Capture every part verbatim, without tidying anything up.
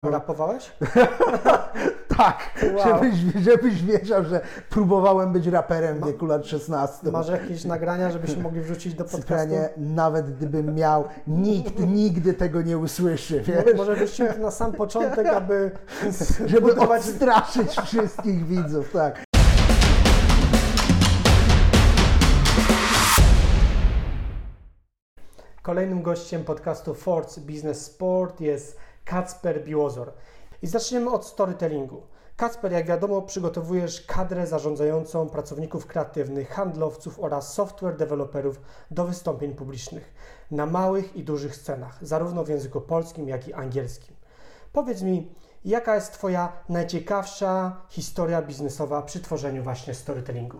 Rapowałeś? Tak, Wow. żebyś, żebyś wiedział, że próbowałem być raperem w wieku lat szesnastu. Masz jakieś nagrania, żebyśmy mogli wrzucić do podcastu? Cypranie, nawet gdybym miał, nikt nigdy tego nie usłyszy, wiesz? Może, może wrzucimy to na sam początek, aby Żeby zbudować- odstraszyć wszystkich widzów, tak. Kolejnym gościem podcastu Force Business Sport jest Kacper Biłozor. I zaczniemy od storytellingu. Kacper, jak wiadomo, przygotowujesz kadrę zarządzającą pracowników kreatywnych, handlowców oraz software deweloperów do wystąpień publicznych na małych i dużych scenach, zarówno w języku polskim, jak i angielskim. Powiedz mi, jaka jest Twoja najciekawsza historia biznesowa przy tworzeniu właśnie storytellingu?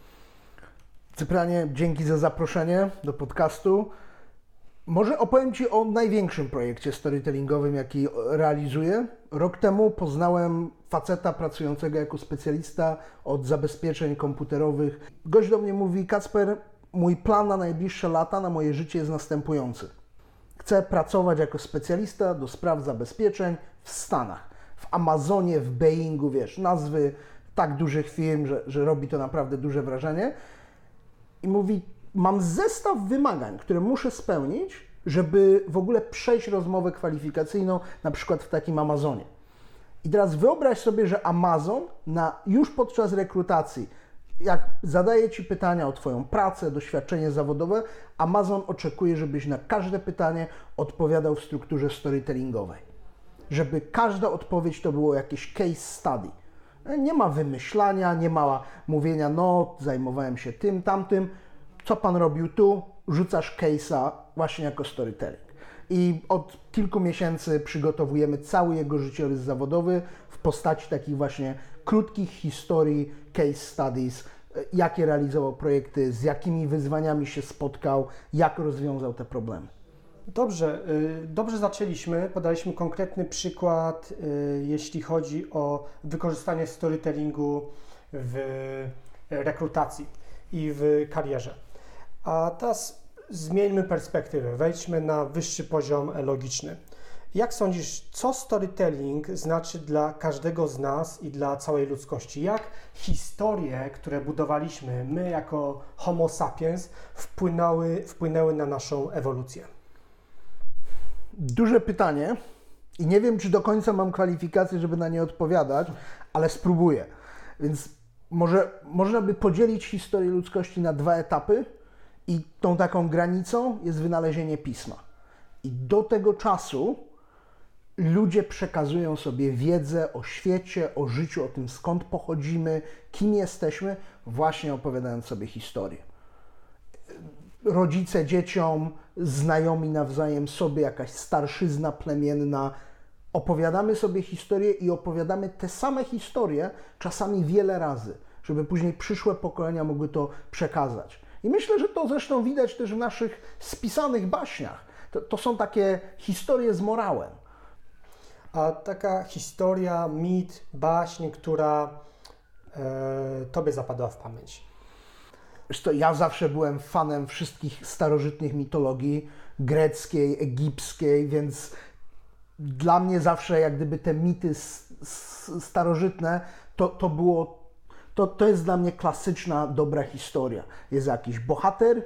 Cypranie, dzięki za zaproszenie do podcastu. Może opowiem Ci o największym projekcie storytellingowym, jaki realizuję. Rok temu poznałem faceta pracującego jako specjalista od zabezpieczeń komputerowych. Gość do mnie mówi: Kacper, mój plan na najbliższe lata, na moje życie jest następujący. Chcę pracować jako specjalista do spraw zabezpieczeń w Stanach. W Amazonie, w Boeingu, wiesz, nazwy tak dużych firm, że, że robi to naprawdę duże wrażenie. I mówi: mam zestaw wymagań, które muszę spełnić, żeby w ogóle przejść rozmowę kwalifikacyjną, na przykład w takim Amazonie. I teraz wyobraź sobie, że Amazon na, już podczas rekrutacji, jak zadaje Ci pytania o Twoją pracę, doświadczenie zawodowe, Amazon oczekuje, żebyś na każde pytanie odpowiadał w strukturze storytellingowej. Żeby każda odpowiedź to było jakieś case study. Nie ma wymyślania, nie ma mówienia: no, zajmowałem się tym, tamtym. Co Pan robił tu? Rzucasz case'a właśnie jako storytelling. I od kilku miesięcy przygotowujemy cały jego życiorys zawodowy w postaci takich właśnie krótkich historii, case studies, jakie realizował projekty, z jakimi wyzwaniami się spotkał, jak rozwiązał te problemy. Dobrze, dobrze zaczęliśmy, podaliśmy konkretny przykład, jeśli chodzi o wykorzystanie storytellingu w rekrutacji i w karierze. A teraz zmieńmy perspektywę, wejdźmy na wyższy poziom logiczny. Jak sądzisz, co storytelling znaczy dla każdego z nas i dla całej ludzkości? Jak historie, które budowaliśmy my jako Homo sapiens, wpłynęły, wpłynęły na naszą ewolucję? Duże pytanie i nie wiem, czy do końca mam kwalifikacje, żeby na nie odpowiadać, ale spróbuję. Więc może można by podzielić historię ludzkości na dwa etapy i tą taką granicą jest wynalezienie pisma. I do tego czasu ludzie przekazują sobie wiedzę o świecie, o życiu, o tym, skąd pochodzimy, kim jesteśmy, właśnie opowiadając sobie historię. Rodzice dzieciom, znajomi nawzajem sobie, jakaś starszyzna plemienna. Opowiadamy sobie historię i opowiadamy te same historie czasami wiele razy, żeby później przyszłe pokolenia mogły to przekazać. I myślę, że to zresztą widać też w naszych spisanych baśniach. To, to są takie historie z morałem. A taka historia, mit, baśń, która e, Tobie zapadła w pamięć? Wiesz co, ja zawsze byłem fanem wszystkich starożytnych mitologii, greckiej, egipskiej, więc dla mnie zawsze jak gdyby te mity s- s- starożytne, to, to było, to, to jest dla mnie klasyczna, dobra historia. Jest jakiś bohater,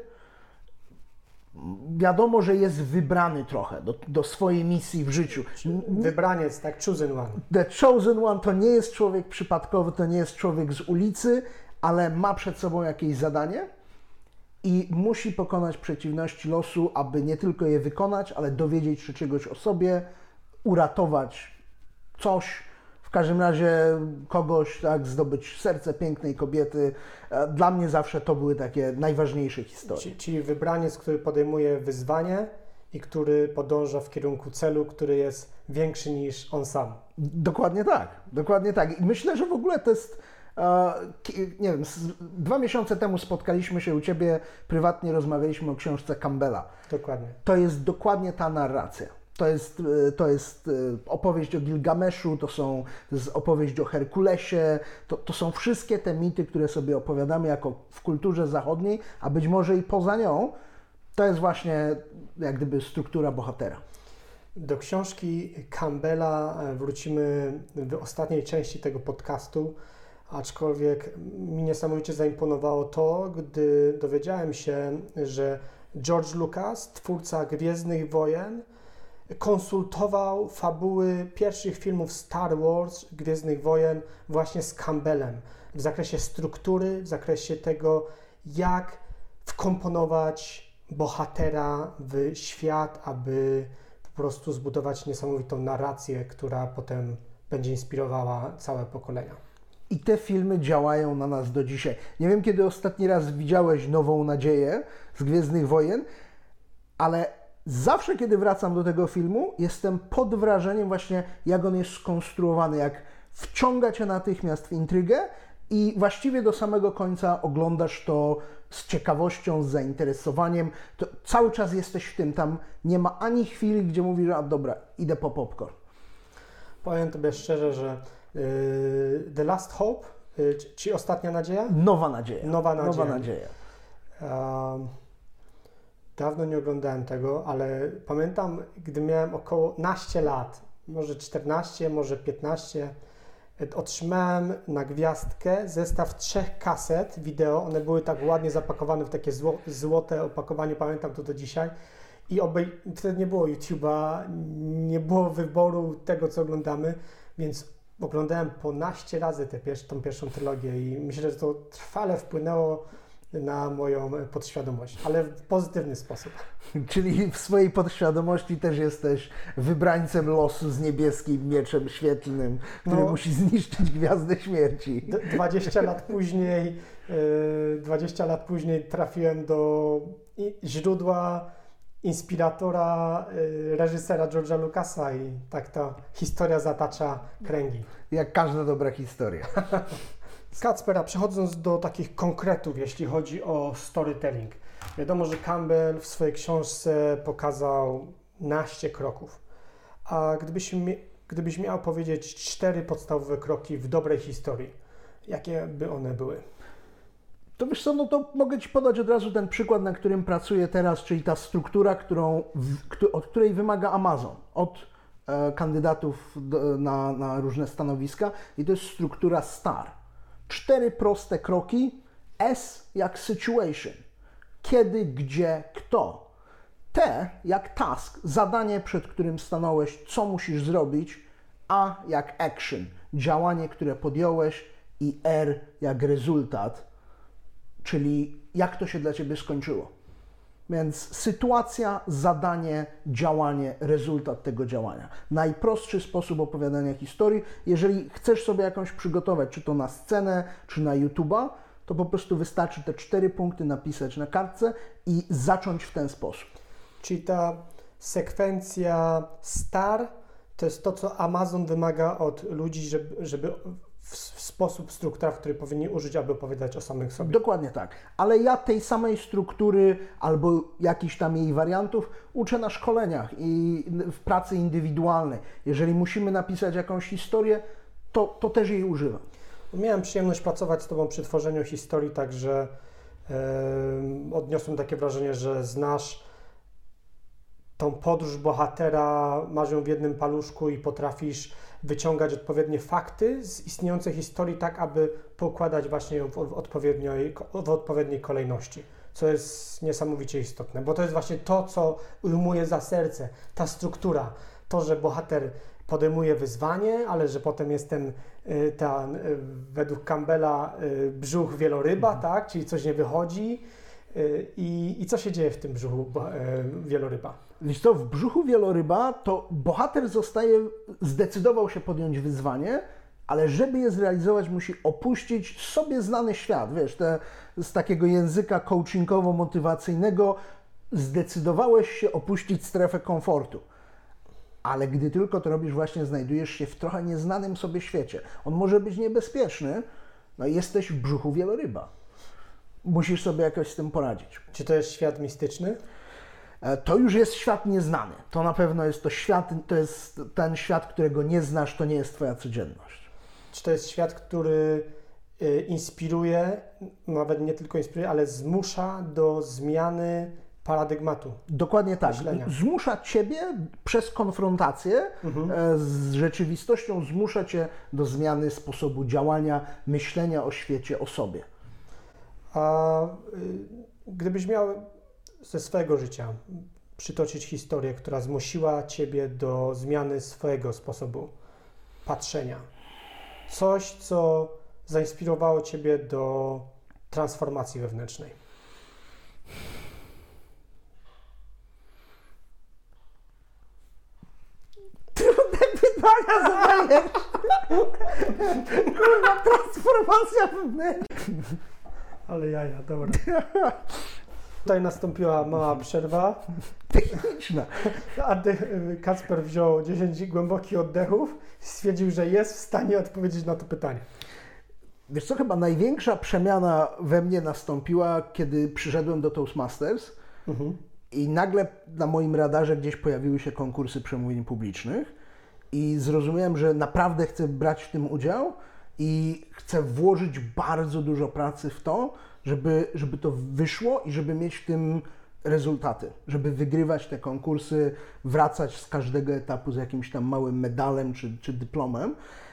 wiadomo, że jest wybrany trochę do, do swojej misji w życiu. Wybraniec, tak, chosen one. The chosen one to nie jest człowiek przypadkowy, to nie jest człowiek z ulicy, ale ma przed sobą jakieś zadanie i musi pokonać przeciwności losu, aby nie tylko je wykonać, ale dowiedzieć się czegoś o sobie, uratować coś, w każdym razie kogoś, tak, zdobyć serce pięknej kobiety. Dla mnie zawsze to były takie najważniejsze historie. Czyli, czyli wybraniec, który podejmuje wyzwanie i który podąża w kierunku celu, który jest większy niż on sam. Dokładnie tak, dokładnie tak. I myślę, że w ogóle to jest, e, nie wiem, z, dwa miesiące temu spotkaliśmy się u Ciebie, prywatnie rozmawialiśmy o książce Campbella. Dokładnie. To jest dokładnie ta narracja. To jest, to jest opowieść o Gilgameszu, to, są, to jest opowieść o Herkulesie, to, to są wszystkie te mity, które sobie opowiadamy jako w kulturze zachodniej, a być może i poza nią. To jest właśnie jak gdyby struktura bohatera. Do książki Campbella wrócimy w ostatniej części tego podcastu, aczkolwiek mi niesamowicie zaimponowało to, gdy dowiedziałem się, że George Lucas, twórca Gwiezdnych Wojen, konsultował fabuły pierwszych filmów Star Wars, Gwiezdnych Wojen właśnie z Campbellem w zakresie struktury, w zakresie tego, jak wkomponować bohatera w świat, aby po prostu zbudować niesamowitą narrację, która potem będzie inspirowała całe pokolenia. I te filmy działają na nas do dzisiaj. Nie wiem, kiedy ostatni raz widziałeś Nową Nadzieję z Gwiezdnych Wojen, ale zawsze, kiedy wracam do tego filmu, jestem pod wrażeniem właśnie, jak on jest skonstruowany, jak wciąga cię natychmiast w intrygę i właściwie do samego końca oglądasz to z ciekawością, z zainteresowaniem. To cały czas jesteś w tym, tam nie ma ani chwili, gdzie mówisz, a dobra, idę po popcorn. Powiem Tobie szczerze, że yy, The Last Hope, yy, czy Ostatnia Nadzieja? Nowa Nadzieja. Nowa Nadzieja. Nowa nadzieja. Um, dawno nie oglądałem tego, ale pamiętam, gdy miałem około naście lat, może czternaście, może piętnaście, otrzymałem na gwiazdkę zestaw trzech kaset wideo. One były tak ładnie zapakowane w takie zło, złote opakowanie, pamiętam to do dzisiaj. I obej... wtedy nie było YouTube'a, nie było wyboru tego, co oglądamy, więc oglądałem po naście razy tę pier... tą pierwszą trylogię i myślę, że to trwale wpłynęło na moją podświadomość, ale w pozytywny sposób. Czyli w swojej podświadomości też jesteś wybrańcem losu z niebieskim mieczem świetlnym, który no, musi zniszczyć Gwiazdę Śmierci. dwadzieścia lat później, yy, dwadzieścia lat później trafiłem do źródła, inspiratora, yy, reżysera George'a Lucasa i tak ta historia zatacza kręgi. Jak każda dobra historia. Kacper, a przechodząc do takich konkretów, jeśli chodzi o storytelling. Wiadomo, że Campbell w swojej książce pokazał naście kroków. A gdybyś, gdybyś miał powiedzieć cztery podstawowe kroki w dobrej historii, jakie by one były? To wiesz co, no to mogę Ci podać od razu ten przykład, na którym pracuję teraz, czyli ta struktura, którą, od której wymaga Amazon, od e, kandydatów do, na, na różne stanowiska i to jest struktura STAR. Cztery proste kroki. S jak situation. Kiedy, gdzie, kto. T jak task, zadanie, przed którym stanąłeś, co musisz zrobić. A jak action, działanie, które podjąłeś. I R jak rezultat, czyli jak to się dla Ciebie skończyło. Więc sytuacja, zadanie, działanie, rezultat tego działania. Najprostszy sposób opowiadania historii. Jeżeli chcesz sobie jakąś przygotować, czy to na scenę, czy na YouTube'a, to po prostu wystarczy te cztery punkty napisać na kartce i zacząć w ten sposób. Czyli ta sekwencja STAR to jest to, co Amazon wymaga od ludzi, żeby, żeby w sposób, struktura, w której powinni użyć, aby opowiadać o samych sobie. Dokładnie tak. Ale ja tej samej struktury albo jakichś tam jej wariantów uczę na szkoleniach i w pracy indywidualnej. Jeżeli musimy napisać jakąś historię, to, to też jej używam. Miałem przyjemność pracować z Tobą przy tworzeniu historii, także yy, odniosłem takie wrażenie, że znasz tą podróż bohatera, masz ją w jednym paluszku i potrafisz wyciągać odpowiednie fakty z istniejącej historii tak, aby poukładać właśnie ją w odpowiedniej, w odpowiedniej kolejności, co jest niesamowicie istotne, bo to jest właśnie to, co ujmuje za serce, ta struktura, to, że bohater podejmuje wyzwanie, ale że potem jest ten, ten według Campbella brzuch wieloryba, mhm. tak, czyli coś nie wychodzi i, i co się dzieje w tym brzuchu wieloryba? Wiesz co, w brzuchu wieloryba to bohater zostaje, zdecydował się podjąć wyzwanie, ale żeby je zrealizować, musi opuścić sobie znany świat. Wiesz, te, z takiego języka coachingowo-motywacyjnego zdecydowałeś się opuścić strefę komfortu. Ale gdy tylko to robisz, właśnie znajdujesz się w trochę nieznanym sobie świecie. On może być niebezpieczny, no i jesteś w brzuchu wieloryba. Musisz sobie jakoś z tym poradzić. Czy to jest świat mistyczny? To już jest świat nieznany. To na pewno jest to świat, to jest ten świat, którego nie znasz, to nie jest Twoja codzienność. Czy to jest świat, który inspiruje, nawet nie tylko inspiruje, ale zmusza do zmiany paradygmatu. Dokładnie tak. Myślenia. Zmusza Ciebie przez konfrontację mhm. z rzeczywistością, zmusza Cię do zmiany sposobu działania, myślenia o świecie, o sobie. A y, gdybyś miał ze swojego życia przytoczyć historię, która zmusiła Ciebie do zmiany swojego sposobu patrzenia, coś, co zainspirowało Ciebie do transformacji wewnętrznej. Trudne pytania zadajesz. Kurwa, transformacja wewnętrzna. Ale jaja, dobra. Tutaj nastąpiła mała przerwa. Techniczna. Kacper wziął dziesięć głębokich oddechów i stwierdził, że jest w stanie odpowiedzieć na to pytanie. Wiesz co, chyba największa przemiana we mnie nastąpiła, kiedy przyszedłem do Toastmasters mhm. i nagle na moim radarze gdzieś pojawiły się konkursy przemówień publicznych i zrozumiałem, że naprawdę chcę brać w tym udział i chcę włożyć bardzo dużo pracy w to, żeby, żeby to wyszło i żeby mieć w tym rezultaty, żeby wygrywać te konkursy, wracać z każdego etapu z jakimś tam małym medalem czy, czy dyplomem.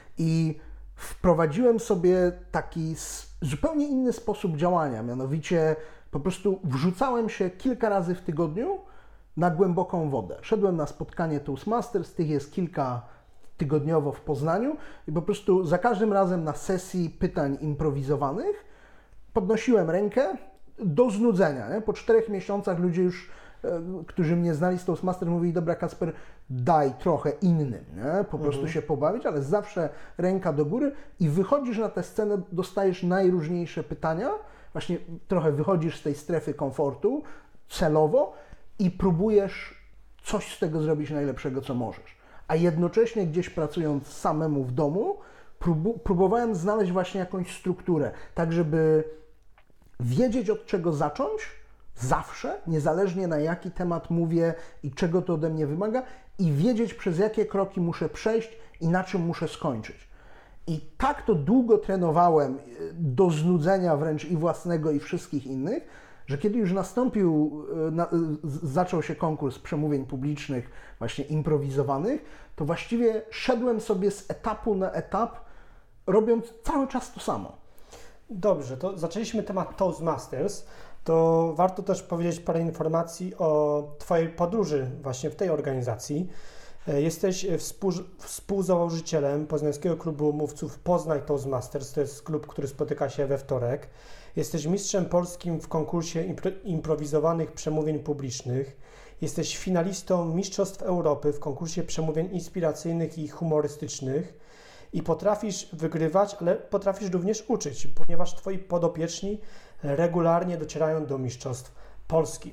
I wprowadziłem sobie taki zupełnie inny sposób działania, mianowicie po prostu wrzucałem się kilka razy w tygodniu na głęboką wodę. Szedłem na spotkanie Toastmasters, tych jest kilka tygodniowo w Poznaniu i po prostu za każdym razem na sesji pytań improwizowanych podnosiłem rękę do znudzenia. Nie? Po czterech miesiącach ludzie już, e, którzy mnie znali z Toastmasters, mówili, dobra Kacper, daj trochę innym, nie? po prostu mhm. się pobawić, ale zawsze ręka do góry i wychodzisz na tę scenę, dostajesz najróżniejsze pytania, właśnie trochę wychodzisz z tej strefy komfortu celowo i próbujesz coś z tego zrobić najlepszego, co możesz. A jednocześnie gdzieś pracując samemu w domu, próbu- próbowałem znaleźć właśnie jakąś strukturę, tak żeby wiedzieć, od czego zacząć, zawsze, niezależnie na jaki temat mówię i czego to ode mnie wymaga, i wiedzieć, przez jakie kroki muszę przejść i na czym muszę skończyć. I tak to długo trenowałem, do znudzenia wręcz i własnego, i wszystkich innych, że kiedy już nastąpił, na, zaczął się konkurs przemówień publicznych, właśnie improwizowanych, to właściwie szedłem sobie z etapu na etap, robiąc cały czas to samo. Dobrze, to zaczęliśmy temat Toastmasters, to warto też powiedzieć parę informacji o Twojej podróży właśnie w tej organizacji. Jesteś współ, współzałożycielem Poznańskiego Klubu Mówców Poznań Toastmasters, to jest klub, który spotyka się we wtorek. Jesteś mistrzem polskim w konkursie impro, improwizowanych przemówień publicznych. Jesteś finalistą Mistrzostw Europy w konkursie przemówień inspiracyjnych i humorystycznych. I potrafisz wygrywać, ale potrafisz również uczyć, ponieważ Twoi podopieczni regularnie docierają do Mistrzostw Polski.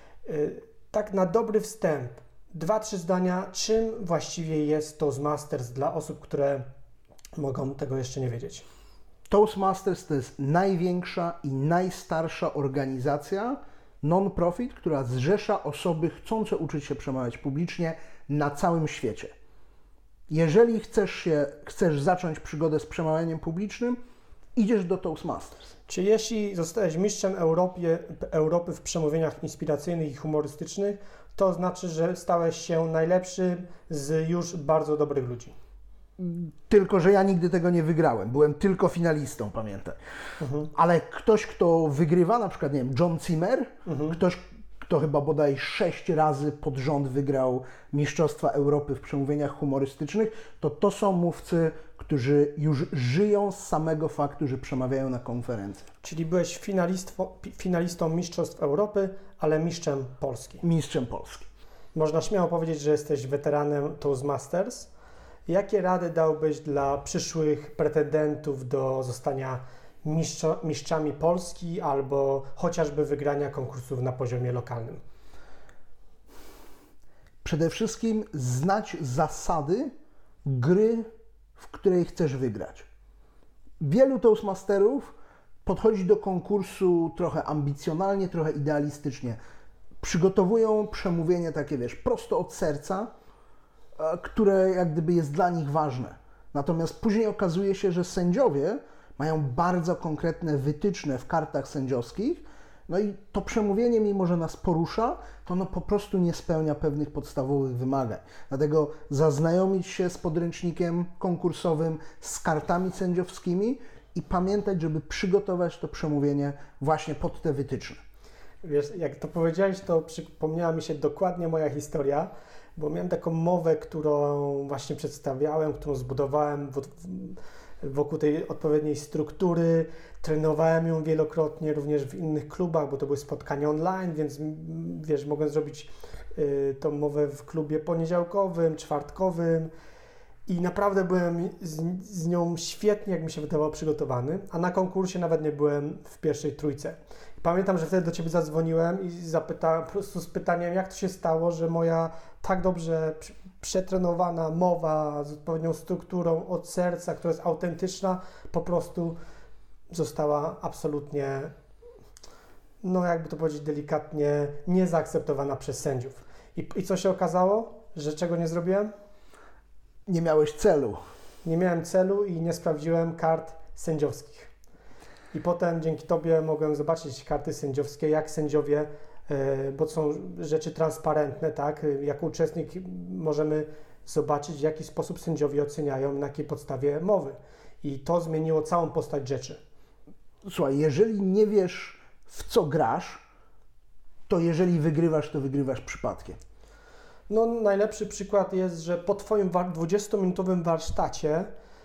Tak na dobry wstęp, dwa, trzy zdania, czym właściwie jest Toastmasters dla osób, które mogą tego jeszcze nie wiedzieć? Toastmasters to jest największa i najstarsza organizacja non-profit, która zrzesza osoby chcące uczyć się przemawiać publicznie na całym świecie. Jeżeli chcesz, się, chcesz zacząć przygodę z przemawianiem publicznym, idziesz do Toastmasters. Czy jeśli zostałeś mistrzem Europie, Europy w przemówieniach inspiracyjnych i humorystycznych, to znaczy, że stałeś się najlepszy z już bardzo dobrych ludzi? Tylko że ja nigdy tego nie wygrałem. Byłem tylko finalistą, pamiętaj. Mhm. Ale ktoś, kto wygrywa, na przykład, nie wiem, John Zimmer, mhm. ktoś, kto chyba bodaj sześć razy pod rząd wygrał Mistrzostwa Europy w przemówieniach humorystycznych, to to są mówcy, którzy już żyją z samego faktu, że przemawiają na konferencji. Czyli byłeś finalistą Mistrzostw Europy, ale mistrzem Polski. Mistrzem Polski. Można śmiało powiedzieć, że jesteś weteranem Toastmasters. Jakie rady dałbyś dla przyszłych pretendentów do zostania mistrza, mistrzami Polski albo chociażby wygrania konkursów na poziomie lokalnym? Przede wszystkim znać zasady gry, w której chcesz wygrać. Wielu Toastmasterów podchodzi do konkursu trochę ambicjonalnie, trochę idealistycznie. Przygotowują przemówienie takie, wiesz, prosto od serca, które jak gdyby jest dla nich ważne. Natomiast później okazuje się, że sędziowie mają bardzo konkretne wytyczne w kartach sędziowskich, No i to przemówienie, mimo że nas porusza, to ono po prostu nie spełnia pewnych podstawowych wymagań. Dlatego zaznajomić się z podręcznikiem konkursowym, z kartami sędziowskimi i pamiętać, żeby przygotować to przemówienie właśnie pod te wytyczne. Wiesz, jak to powiedziałeś, to przypomniała mi się dokładnie moja historia, bo miałem taką mowę, którą właśnie przedstawiałem, którą zbudowałem wokół tej odpowiedniej struktury. Trenowałem ją wielokrotnie, również w innych klubach, bo to były spotkania online, więc wiesz, mogłem zrobić y, tą mowę w klubie poniedziałkowym, czwartkowym i naprawdę byłem z, z nią świetnie, jak mi się wydawało, przygotowany, a na konkursie nawet nie byłem w pierwszej trójce. Pamiętam, że wtedy do Ciebie zadzwoniłem i zapytałem po prostu z pytaniem, jak to się stało, że moja tak dobrze przetrenowana mowa z odpowiednią strukturą od serca, która jest autentyczna, po prostu została absolutnie, no jakby to powiedzieć delikatnie, niezaakceptowana przez sędziów. I, I co się okazało? Że czego nie zrobiłem? Nie miałeś celu. Nie miałem celu i nie sprawdziłem kart sędziowskich. I potem dzięki Tobie mogłem zobaczyć karty sędziowskie, jak sędziowie, bo to są rzeczy transparentne, tak? Jako uczestnik możemy zobaczyć, w jaki sposób sędziowie oceniają, na jakiej podstawie mowy. I to zmieniło całą postać rzeczy. Słuchaj, jeżeli nie wiesz, w co grasz, to jeżeli wygrywasz, to wygrywasz przypadkiem. No najlepszy przykład jest, że po Twoim dwudziestominutowym warsztacie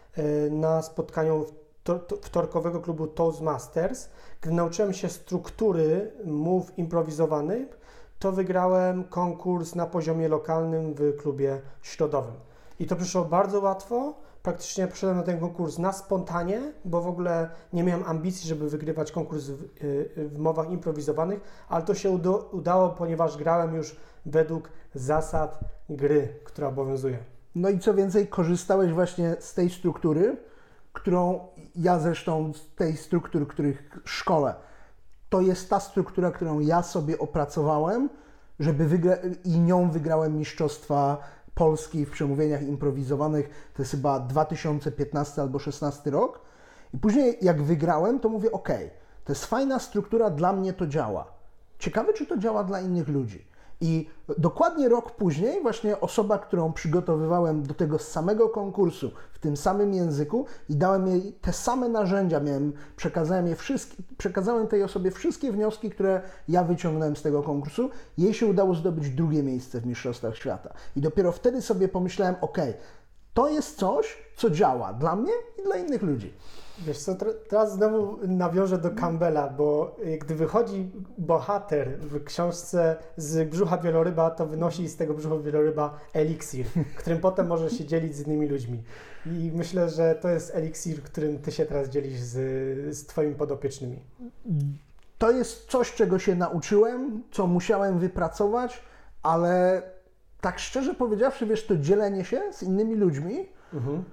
na spotkaniu wtorkowego klubu Toastmasters, gdy nauczyłem się struktury mów improwizowanych, to wygrałem konkurs na poziomie lokalnym w klubie środowym. I to przyszło bardzo łatwo. Praktycznie poszedłem na ten konkurs na spontanie, bo w ogóle nie miałem ambicji, żeby wygrywać konkurs w, w mowach improwizowanych, ale to się udało, ponieważ grałem już według zasad gry, która obowiązuje. No i co więcej, korzystałeś właśnie z tej struktury, którą ja zresztą, z tej struktury, których szkole, to jest ta struktura, którą ja sobie opracowałem, żeby wygra- i nią wygrałem mistrzostwa Polski w przemówieniach improwizowanych, to jest chyba dwa tysiące piętnasty albo szesnasty rok. I później jak wygrałem, to mówię, ok, to jest fajna struktura, dla mnie to działa. Ciekawe, czy to działa dla innych ludzi. I dokładnie rok później właśnie osoba, którą przygotowywałem do tego samego konkursu w tym samym języku i dałem jej te same narzędzia, miałem, przekazałem, je wszystkie, przekazałem tej osobie wszystkie wnioski, które ja wyciągnąłem z tego konkursu. Jej się udało zdobyć drugie miejsce w Mistrzostwach Świata. I dopiero wtedy sobie pomyślałem, ok, to jest coś, co działa dla mnie i dla innych ludzi. Wiesz co, teraz znowu nawiążę do Campbella, bo gdy wychodzi bohater w książce z brzucha wieloryba, to wynosi z tego brzucha wieloryba eliksir, którym potem może się dzielić z innymi ludźmi. I myślę, że to jest eliksir, którym Ty się teraz dzielisz z, z Twoimi podopiecznymi. To jest coś, czego się nauczyłem, co musiałem wypracować, ale tak szczerze powiedziawszy, wiesz, to dzielenie się z innymi ludźmi mhm.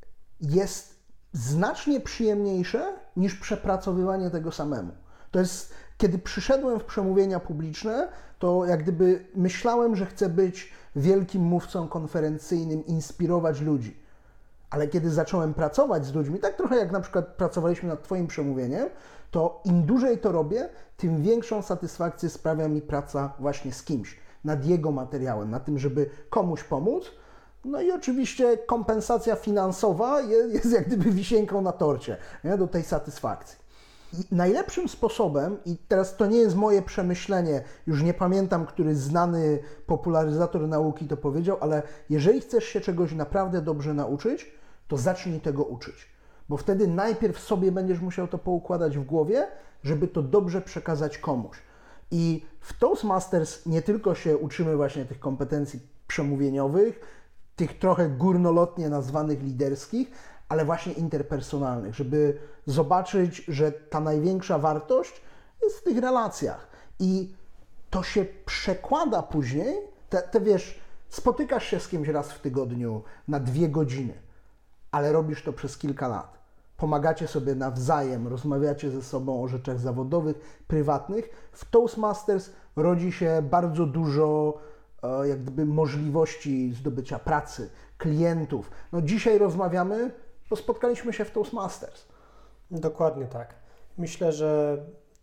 jest znacznie przyjemniejsze niż przepracowywanie tego samemu. To jest, kiedy przyszedłem w przemówienia publiczne, to jak gdyby myślałem, że chcę być wielkim mówcą konferencyjnym, inspirować ludzi. Ale kiedy zacząłem pracować z ludźmi, tak trochę jak na przykład pracowaliśmy nad Twoim przemówieniem, to im dłużej to robię, tym większą satysfakcję sprawia mi praca właśnie z kimś, nad jego materiałem, na tym, żeby komuś pomóc. No i oczywiście kompensacja finansowa jest, jest jak gdyby wisienką na torcie, nie? Do tej satysfakcji. I najlepszym sposobem, i teraz to nie jest moje przemyślenie, już nie pamiętam, który znany popularyzator nauki to powiedział, ale jeżeli chcesz się czegoś naprawdę dobrze nauczyć, to zacznij tego uczyć. Bo wtedy najpierw sobie będziesz musiał to poukładać w głowie, żeby to dobrze przekazać komuś. I w Toastmasters nie tylko się uczymy właśnie tych kompetencji przemówieniowych, tych trochę górnolotnie nazwanych liderskich, ale właśnie interpersonalnych, żeby zobaczyć, że ta największa wartość jest w tych relacjach. I to się przekłada później, te, te wiesz, spotykasz się z kimś raz w tygodniu na dwie godziny, ale robisz to przez kilka lat. Pomagacie sobie nawzajem, rozmawiacie ze sobą o rzeczach zawodowych, prywatnych. W Toastmasters rodzi się bardzo dużo jak gdyby możliwości zdobycia pracy, klientów. No dzisiaj rozmawiamy, bo spotkaliśmy się w Toastmasters. Dokładnie tak. Myślę, że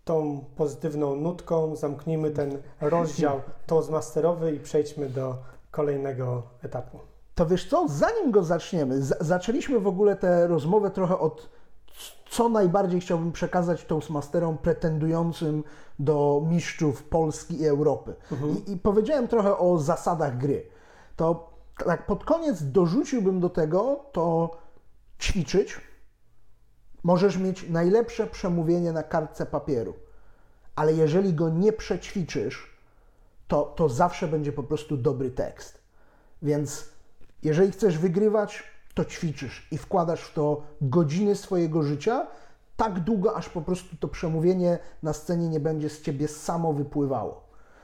tą pozytywną nutką zamknijmy ten rozdział Toastmasterowy i przejdźmy do kolejnego etapu. To wiesz co, zanim go zaczniemy, z- zaczęliśmy w ogóle tę rozmowę trochę od co najbardziej chciałbym przekazać Toastmasterom pretendującym do mistrzów Polski i Europy. Mhm. I, I powiedziałem trochę o zasadach gry. To tak pod koniec dorzuciłbym do tego to ćwiczyć. Możesz mieć najlepsze przemówienie na kartce papieru, ale jeżeli go nie przećwiczysz, to, to zawsze będzie po prostu dobry tekst. Więc jeżeli chcesz wygrywać, to ćwiczysz i wkładasz w to godziny swojego życia, tak długo, aż po prostu to przemówienie na scenie nie będzie z ciebie samo wypływało.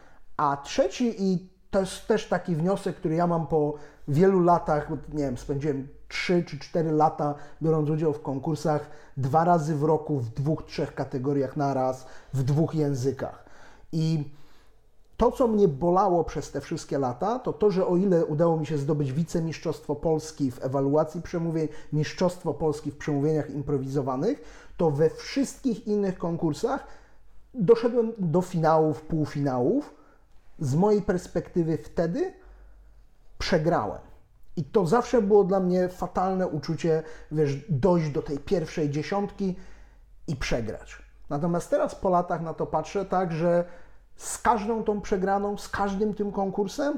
A trzeci, i to jest też taki wniosek, który ja mam po wielu latach, bo nie wiem, spędziłem trzy czy cztery lata biorąc udział w konkursach, dwa razy w roku w dwóch, trzech kategoriach naraz, w dwóch językach. I to, co mnie bolało przez te wszystkie lata, to to, że o ile udało mi się zdobyć wicemistrzostwo Polski w ewaluacji przemówień, mistrzostwo Polski w przemówieniach improwizowanych, to we wszystkich innych konkursach doszedłem do finałów, półfinałów. Z mojej perspektywy wtedy przegrałem. I to zawsze było dla mnie fatalne uczucie, wiesz, dojść do tej pierwszej dziesiątki i przegrać. Natomiast teraz po latach na to patrzę tak, że z każdą tą przegraną, z każdym tym konkursem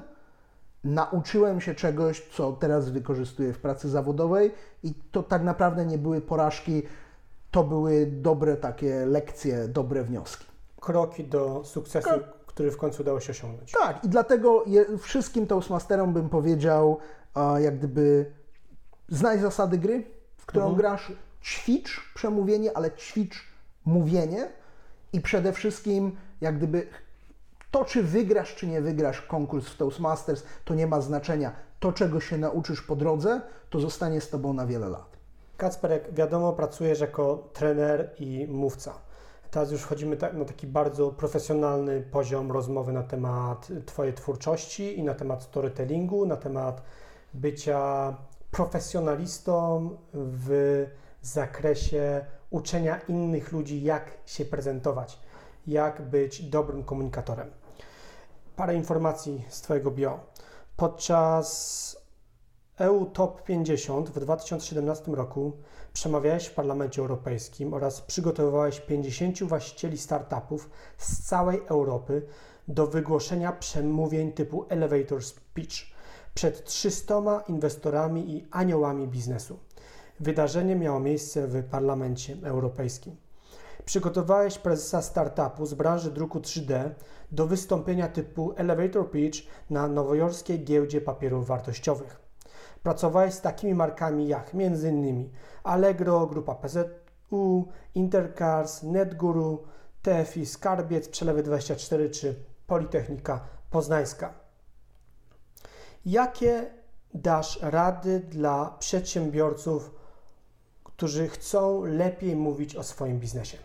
nauczyłem się czegoś, co teraz wykorzystuję w pracy zawodowej i to tak naprawdę nie były porażki, to były dobre takie lekcje, dobre wnioski. Kroki do sukcesu, Krok. który w końcu udało się osiągnąć. Tak, i dlatego je, wszystkim Toastmasterom bym powiedział, a, jak gdyby znaj zasady gry, w którą mhm. grasz, ćwicz przemówienie, ale ćwicz mówienie i przede wszystkim jak gdyby to, czy wygrasz, czy nie wygrasz konkurs w Toastmasters, to nie ma znaczenia. To, czego się nauczysz po drodze, to zostanie z Tobą na wiele lat. Kacperek, wiadomo, pracujesz jako trener i mówca. Teraz już wchodzimy na taki bardzo profesjonalny poziom rozmowy na temat Twojej twórczości i na temat storytellingu, na temat bycia profesjonalistą w zakresie uczenia innych ludzi, jak się prezentować, jak być dobrym komunikatorem. Parę informacji z Twojego bio. Podczas E U Top pięćdziesiąt w dwa tysiące siedemnastym roku przemawiałeś w Parlamencie Europejskim oraz przygotowywałeś pięćdziesięciu właścicieli startupów z całej Europy do wygłoszenia przemówień typu Elevator Speech przed trzystoma inwestorami i aniołami biznesu. Wydarzenie miało miejsce w Parlamencie Europejskim. Przygotowałeś prezesa startupu z branży druku trzy D do wystąpienia typu Elevator Pitch na nowojorskiej giełdzie papierów wartościowych. Pracowałeś z takimi markami jak między innymi Allegro, Grupa P Z U, Intercars, NetGuru, T F I, Skarbiec, Przelewy dwadzieścia cztery czy Politechnika Poznańska. Jakie dasz rady dla przedsiębiorców, którzy chcą lepiej mówić o swoim biznesie?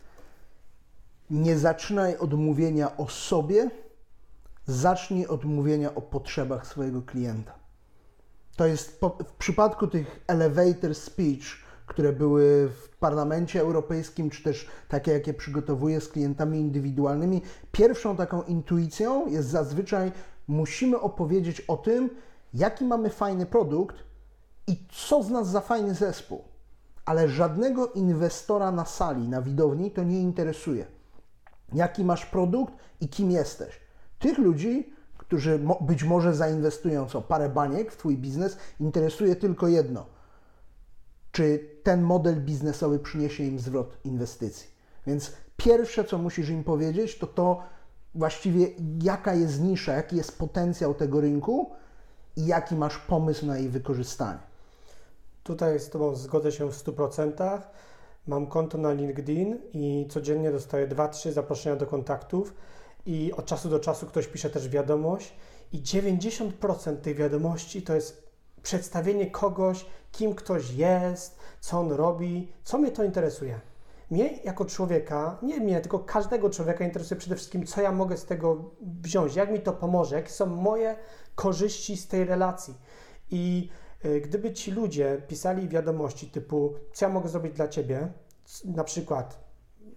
Nie zaczynaj od mówienia o sobie, zacznij od mówienia o potrzebach swojego klienta. To jest po, w przypadku tych elevator speech, które były w Parlamencie Europejskim, czy też takie, jakie przygotowuję z klientami indywidualnymi, pierwszą taką intuicją jest zazwyczaj musimy opowiedzieć o tym, jaki mamy fajny produkt i co z nas za fajny zespół. Ale żadnego inwestora na sali, na widowni to nie interesuje. Jaki masz produkt i kim jesteś. Tych ludzi, którzy mo- być może zainwestują co parę baniek w Twój biznes, interesuje tylko jedno. Czy ten model biznesowy przyniesie im zwrot inwestycji. Więc pierwsze, co musisz im powiedzieć, to to właściwie jaka jest nisza, jaki jest potencjał tego rynku i jaki masz pomysł na jej wykorzystanie. Tutaj z Tobą zgodzę się w stu procentach. Mam konto na LinkedIn i codziennie dostaję dwa trzy zaproszenia do kontaktów i od czasu do czasu ktoś pisze też wiadomość i dziewięćdziesiąt procent tych wiadomości to jest przedstawienie kogoś, kim ktoś jest, co on robi, co mnie to interesuje. Mnie jako człowieka, nie mnie, tylko każdego człowieka interesuje przede wszystkim, co ja mogę z tego wziąć, jak mi to pomoże, jakie są moje korzyści z tej relacji. I gdyby ci ludzie pisali wiadomości typu, co ja mogę zrobić dla Ciebie, na przykład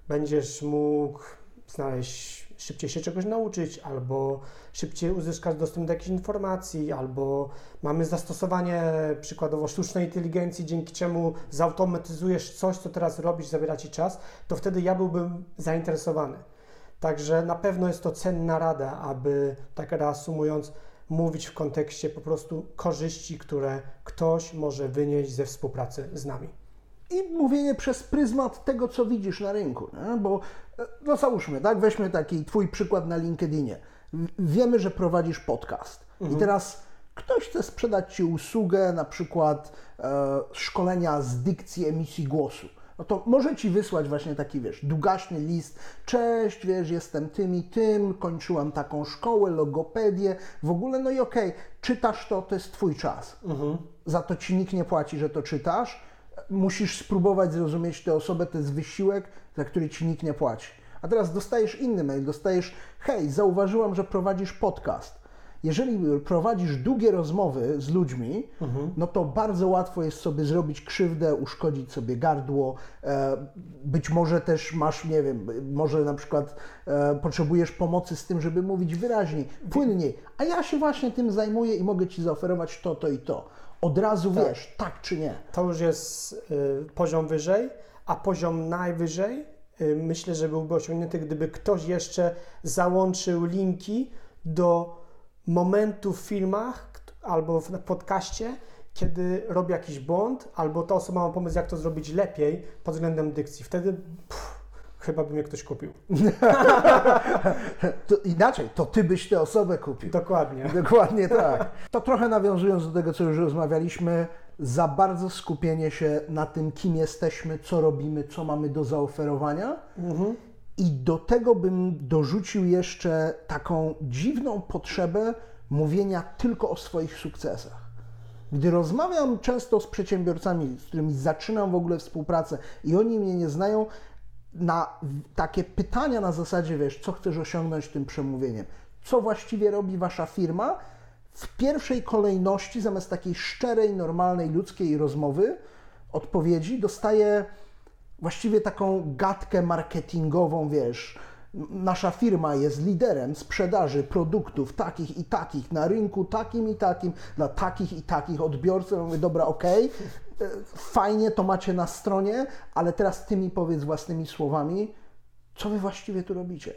będziesz mógł znaleźć, szybciej się czegoś nauczyć, albo szybciej uzyskać dostęp do jakichś informacji, albo mamy zastosowanie przykładowo sztucznej inteligencji, dzięki czemu zautomatyzujesz coś, co teraz robisz, zabiera Ci czas, to wtedy ja byłbym zainteresowany. Także na pewno jest to cenna rada, aby, tak reasumując, mówić w kontekście po prostu korzyści, które ktoś może wynieść ze współpracy z nami. I mówienie przez pryzmat tego, co widzisz na rynku, nie? Bo no załóżmy, tak, weźmy taki Twój przykład na LinkedInie. Wiemy, że prowadzisz podcast mhm. i teraz ktoś chce sprzedać Ci usługę, na przykład e, szkolenia z dykcji emisji głosu. No to może Ci wysłać właśnie taki, wiesz, długaśny list. Cześć, wiesz, jestem tym i tym, kończyłam taką szkołę, logopedię, w ogóle, no i okej, okay, czytasz to, to jest Twój czas. Mhm. Za to Ci nikt nie płaci, że to czytasz. Musisz spróbować zrozumieć tę osobę, to jest wysiłek, za który Ci nikt nie płaci. A teraz dostajesz inny mail, dostajesz, hej, zauważyłam, że prowadzisz podcast. Jeżeli prowadzisz długie rozmowy z ludźmi, mhm. no to bardzo łatwo jest sobie zrobić krzywdę, uszkodzić sobie gardło, e, być może też masz, nie wiem, może na przykład e, potrzebujesz pomocy z tym, żeby mówić wyraźniej, płynniej, a ja się właśnie tym zajmuję i mogę Ci zaoferować to, to i to. Od razu tak. Wiesz, tak czy nie. To już jest y, poziom wyżej, a poziom najwyżej y, myślę, że byłby osiągnięty, gdyby ktoś jeszcze załączył linki do momentu w filmach albo w podcaście, kiedy robi jakiś błąd, albo ta osoba ma pomysł, jak to zrobić lepiej pod względem dykcji. Wtedy pff, chyba by mnie ktoś kupił. To inaczej, to Ty byś tę osobę kupił. Dokładnie. Dokładnie tak. To trochę nawiązując do tego, co już rozmawialiśmy, za bardzo skupienie się na tym, kim jesteśmy, co robimy, co mamy do zaoferowania. Mhm. I do tego bym dorzucił jeszcze taką dziwną potrzebę mówienia tylko o swoich sukcesach. Gdy rozmawiam często z przedsiębiorcami, z którymi zaczynam w ogóle współpracę i oni mnie nie znają, na takie pytania na zasadzie, wiesz, co chcesz osiągnąć tym przemówieniem, co właściwie robi Wasza firma, w pierwszej kolejności, zamiast takiej szczerej, normalnej, ludzkiej rozmowy, odpowiedzi dostaję właściwie taką gadkę marketingową, wiesz, nasza firma jest liderem sprzedaży produktów takich i takich na rynku takim i takim, dla takich i takich odbiorców. Ja mówię, dobra, okej, okay, fajnie, to macie na stronie, ale teraz Ty mi powiedz własnymi słowami, co Wy właściwie tu robicie.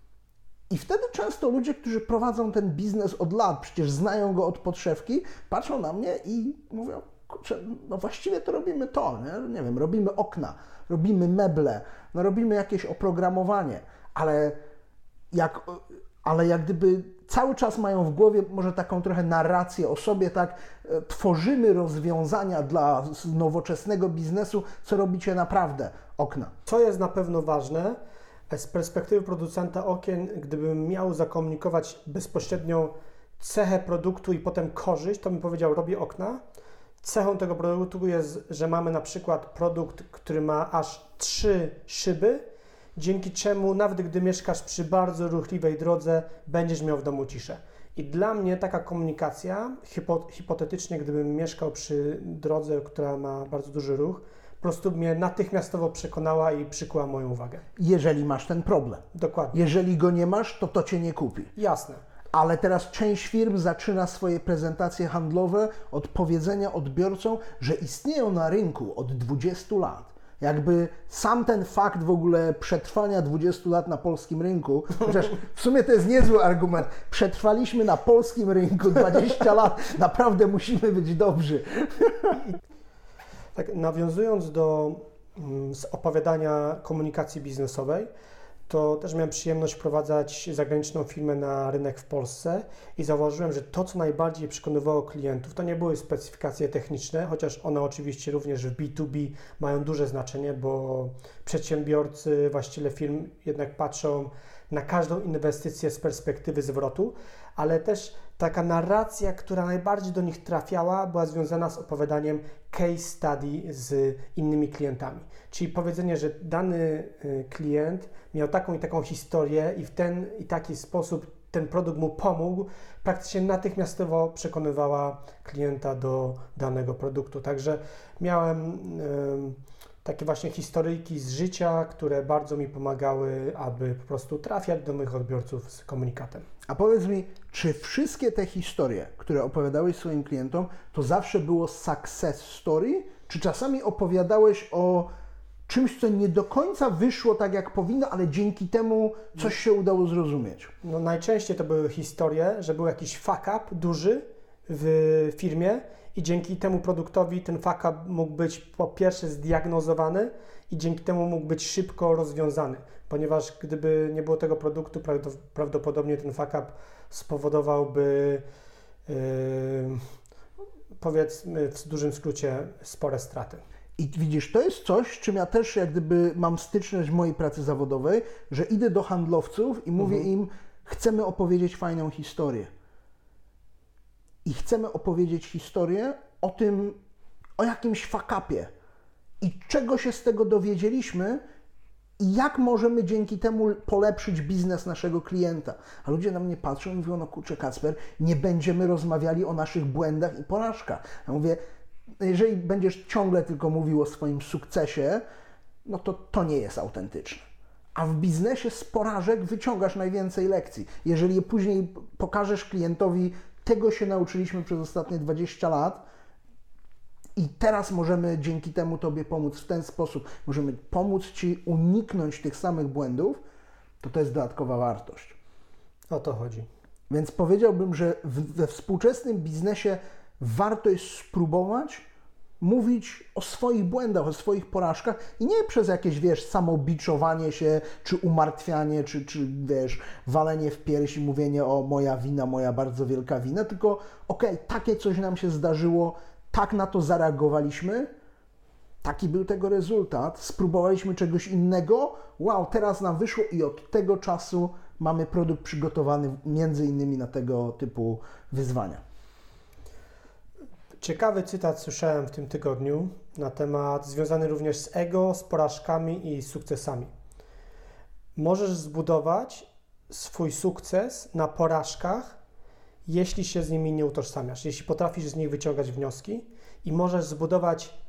I wtedy często ludzie, którzy prowadzą ten biznes od lat, przecież znają go od podszewki, patrzą na mnie i mówią, kurczę, no właściwie to robimy to, nie? Nie wiem, robimy okna, robimy meble, no robimy jakieś oprogramowanie, ale jak, ale jak gdyby cały czas mają w głowie może taką trochę narrację o sobie, tak, tworzymy rozwiązania dla nowoczesnego biznesu, co robicie naprawdę, okna. Co jest na pewno ważne, z perspektywy producenta okien, gdybym miał zakomunikować bezpośrednią cechę produktu i potem korzyść, to bym powiedział, robię okna. Cechą tego produktu jest, że mamy na przykład produkt, który ma aż trzy szyby, dzięki czemu nawet gdy mieszkasz przy bardzo ruchliwej drodze, będziesz miał w domu ciszę. I dla mnie taka komunikacja, hipo, hipotetycznie gdybym mieszkał przy drodze, która ma bardzo duży ruch, po prostu mnie natychmiastowo przekonała i przykuła moją uwagę. Jeżeli masz ten problem. Dokładnie. Jeżeli go nie masz, to to Cię nie kupi. Jasne. Ale teraz część firm zaczyna swoje prezentacje handlowe od powiedzenia odbiorcom, że istnieją na rynku od dwudziestu lat. Jakby sam ten fakt w ogóle przetrwania dwudziestu lat na polskim rynku, chociaż w sumie to jest niezły argument, przetrwaliśmy na polskim rynku dwadzieścia lat, naprawdę musimy być dobrzy. Tak, nawiązując do um, opowiadania komunikacji biznesowej, to też miałem przyjemność wprowadzać zagraniczną firmę na rynek w Polsce i zauważyłem, że to, co najbardziej przekonywało klientów, to nie były specyfikacje techniczne, chociaż one oczywiście również w B dwa B mają duże znaczenie, bo przedsiębiorcy, właściciele firm jednak patrzą na każdą inwestycję z perspektywy zwrotu, ale też taka narracja, która najbardziej do nich trafiała, była związana z opowiadaniem case study z innymi klientami. Czyli powiedzenie, że dany klient miał taką i taką historię i w ten i taki sposób ten produkt mu pomógł, praktycznie natychmiastowo przekonywała klienta do danego produktu. Także miałem takie właśnie historyjki z życia, które bardzo mi pomagały, aby po prostu trafiać do moich odbiorców z komunikatem. A powiedz mi, czy wszystkie te historie, które opowiadałeś swoim klientom, to zawsze było success story, czy czasami opowiadałeś o czymś, co nie do końca wyszło tak, jak powinno, ale dzięki temu coś się udało zrozumieć? No najczęściej to były historie, że był jakiś fuck up duży w firmie i dzięki temu produktowi ten fuck up mógł być po pierwsze zdiagnozowany i dzięki temu mógł być szybko rozwiązany, ponieważ gdyby nie było tego produktu, prawdopodobnie ten fuck up spowodowałby yy, powiedzmy w dużym skrócie spore straty. I widzisz, to jest coś, z czym ja też jak gdyby mam styczność w mojej pracy zawodowej, że idę do handlowców i mówię Mhm. im, chcemy opowiedzieć fajną historię. I chcemy opowiedzieć historię o tym, o jakimś fuck-upie i czego się z tego dowiedzieliśmy i jak możemy dzięki temu polepszyć biznes naszego klienta. A ludzie na mnie patrzą i mówią, no kurczę Kacper, nie będziemy rozmawiali o naszych błędach i porażkach. Ja mówię, jeżeli będziesz ciągle tylko mówił o swoim sukcesie, no to to nie jest autentyczne. A w biznesie z porażek wyciągasz najwięcej lekcji. Jeżeli je później pokażesz klientowi, tego się nauczyliśmy przez ostatnie dwadzieścia lat i teraz możemy dzięki temu Tobie pomóc w ten sposób, możemy pomóc Ci uniknąć tych samych błędów, to to jest dodatkowa wartość. O to chodzi. Więc powiedziałbym, że w, we współczesnym biznesie warto jest spróbować mówić o swoich błędach, o swoich porażkach i nie przez jakieś, wiesz, samobiczowanie się, czy umartwianie, czy, czy wiesz, walenie w pierś i mówienie o moja wina, moja bardzo wielka wina, tylko okej, okay, takie coś nam się zdarzyło, tak na to zareagowaliśmy, taki był tego rezultat, spróbowaliśmy czegoś innego, wow, teraz nam wyszło i od tego czasu mamy produkt przygotowany między innymi na tego typu wyzwania. Ciekawy cytat słyszałem w tym tygodniu na temat związany również z ego, z porażkami i sukcesami. Możesz zbudować swój sukces na porażkach, jeśli się z nimi nie utożsamiasz, jeśli potrafisz z nich wyciągać wnioski i możesz zbudować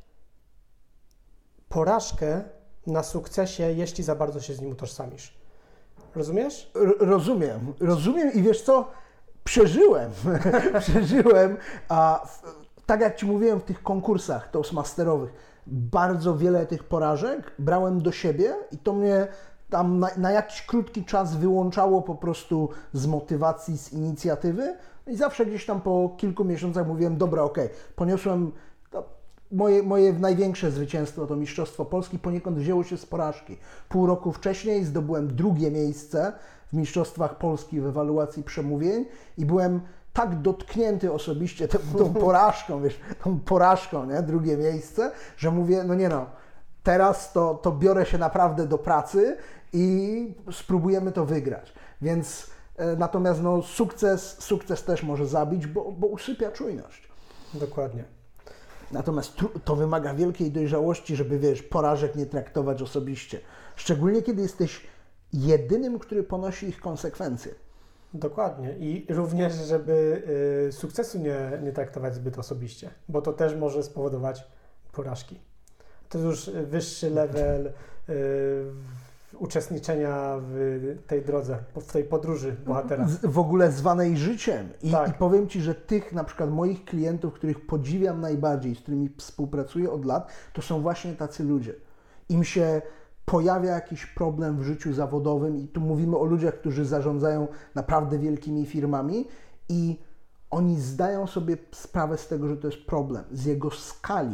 porażkę na sukcesie, jeśli za bardzo się z nim utożsamisz. Rozumiesz? R- rozumiem, rozumiem i wiesz co? Przeżyłem, przeżyłem, a w, tak jak Ci mówiłem w tych konkursach toastmasterowych, bardzo wiele tych porażek brałem do siebie i to mnie tam na, na jakiś krótki czas wyłączało po prostu z motywacji, z inicjatywy i zawsze gdzieś tam po kilku miesiącach mówiłem, dobra, okej, okay, poniosłem to, moje, moje największe zwycięstwo, to Mistrzostwo Polski, poniekąd wzięło się z porażki. Pół roku wcześniej zdobyłem drugie miejsce w Mistrzostwach Polski w ewaluacji przemówień i byłem tak dotknięty osobiście tą, tą porażką, wiesz, tą porażką, nie, drugie miejsce, że mówię, no nie no, teraz to, to biorę się naprawdę do pracy i spróbujemy to wygrać. Więc e, natomiast no, sukces, sukces też może zabić, bo, bo usypia czujność. Dokładnie. Natomiast to wymaga wielkiej dojrzałości, żeby, wiesz, porażek nie traktować osobiście. Szczególnie kiedy jesteś jedynym, który ponosi ich konsekwencje. Dokładnie. I również, żeby y, sukcesu nie, nie traktować zbyt osobiście, bo to też może spowodować porażki. To już wyższy level y, uczestniczenia w tej drodze, w tej podróży bohatera. Z, w ogóle zwanej życiem. I, tak. I powiem Ci, że tych na przykład moich klientów, których podziwiam najbardziej, z którymi współpracuję od lat, to są właśnie tacy ludzie. Im się pojawia jakiś problem w życiu zawodowym i tu mówimy o ludziach, którzy zarządzają naprawdę wielkimi firmami i oni zdają sobie sprawę z tego, że to jest problem, z jego skali,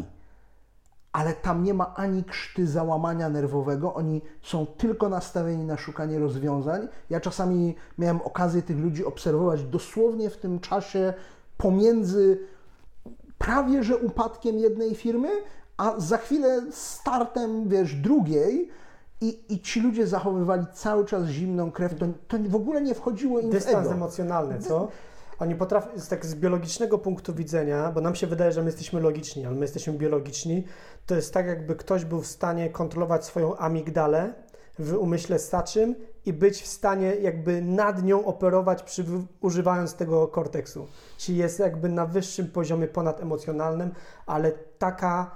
ale tam nie ma ani krzty załamania nerwowego, oni są tylko nastawieni na szukanie rozwiązań. Ja czasami miałem okazję tych ludzi obserwować dosłownie w tym czasie pomiędzy prawie że upadkiem jednej firmy, a za chwilę startem, wiesz, drugiej i, i ci ludzie zachowywali cały czas zimną krew, to, to w ogóle nie wchodziło im Dystans w ego. emocjonalny, co? Oni potrafią, tak z biologicznego punktu widzenia, bo nam się wydaje, że my jesteśmy logiczni, ale my jesteśmy biologiczni, to jest tak, jakby ktoś był w stanie kontrolować swoją amigdalę w umyśle ssaczym i być w stanie jakby nad nią operować przy, używając tego korteksu. Czyli jest jakby na wyższym poziomie ponademocjonalnym, ale taka